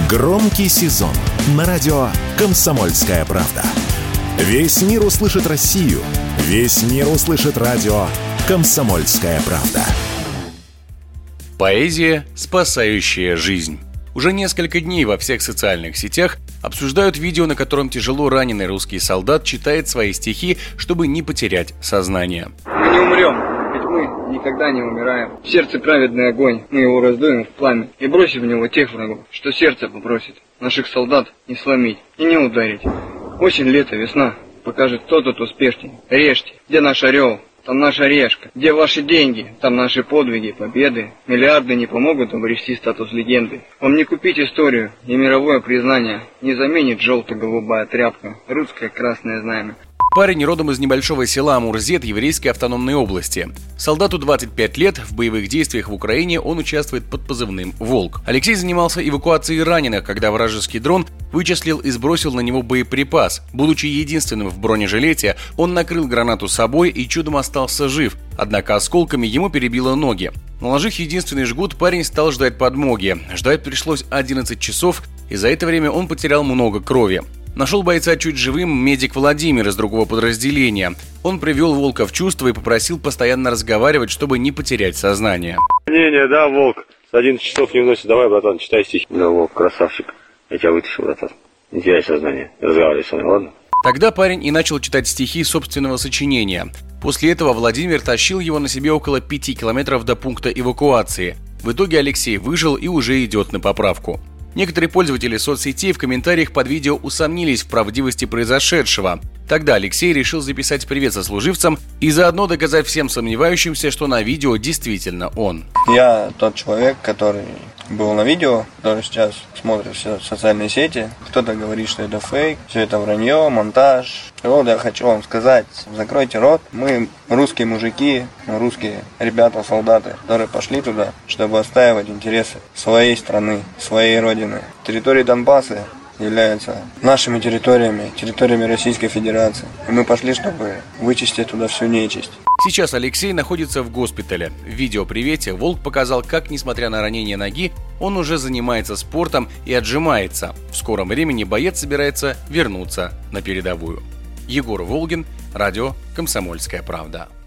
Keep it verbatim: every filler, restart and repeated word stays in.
Громкий сезон на радио «Комсомольская правда». Весь мир услышит Россию. Весь мир услышит радио «Комсомольская правда». Поэзия, спасающая жизнь. Уже несколько дней во всех социальных сетях обсуждают видео, на котором тяжело раненый русский солдат читает свои стихи, чтобы не потерять сознание. Мы не умрем, ведь мы никогда не умираем. В сердце праведный огонь, мы его раздуем в пламя и бросим в него тех врагов, что сердце попросит. Наших солдат не сломить и не ударить. Осень, лето, весна покажет, кто тут успешней. Режьте, где наш орел, там наша решка. Где ваши деньги, там наши подвиги, победы. Миллиарды не помогут обрести статус легенды. Вам не купить историю и мировое признание. Не заменит желто-голубая тряпка, русское красное знамя. Парень родом из небольшого села Амурзет Еврейской автономной области. Солдату двадцать пять лет, в боевых действиях в Украине он участвует под позывным «Волк». Алексей занимался эвакуацией раненых, когда вражеский дрон вычислил и сбросил на него боеприпас. Будучи единственным в бронежилете, он накрыл гранату собой и чудом остался жив, однако осколками ему перебило ноги. Наложив единственный жгут, парень стал ждать подмоги. Ждать пришлось одиннадцать часов, и за это время он потерял много крови. Нашел бойца чуть живым медик Владимир из другого подразделения. Он привел Волка в чувство и попросил постоянно разговаривать, чтобы не потерять сознание. Не-не, да, Волк, с одиннадцати часов не уносит. Давай, братан, читай стихи. Да, Волк, красавчик. Я тебя вытащил, братан. Не теряй сознание. Разговаривай со мной, ладно? Тогда парень и начал читать стихи собственного сочинения. После этого Владимир тащил его на себе около пяти километров до пункта эвакуации. В итоге Алексей выжил и уже идет на поправку. Некоторые пользователи соцсетей в комментариях под видео усомнились в правдивости произошедшего. Тогда Алексей решил записать привет сослуживцам и заодно доказать всем сомневающимся, что на видео действительно он. Я тот человек, который был на видео, который сейчас смотрит все социальные сети. Кто-то говорит, что это фейк, все это вранье, монтаж. И вот я хочу вам сказать, закройте рот. Мы русские мужики, русские ребята, солдаты, которые пошли туда, чтобы отстаивать интересы своей страны, своей родины. Территории Донбасса являются нашими территориями, территориями Российской Федерации. И мы пошли, чтобы вычистить туда всю нечисть. Сейчас Алексей находится в госпитале. В видеопривете Волк показал, как, несмотря на ранение ноги, он уже занимается спортом и отжимается. В скором времени боец собирается вернуться на передовую. Егор Волгин, радио «Комсомольская правда».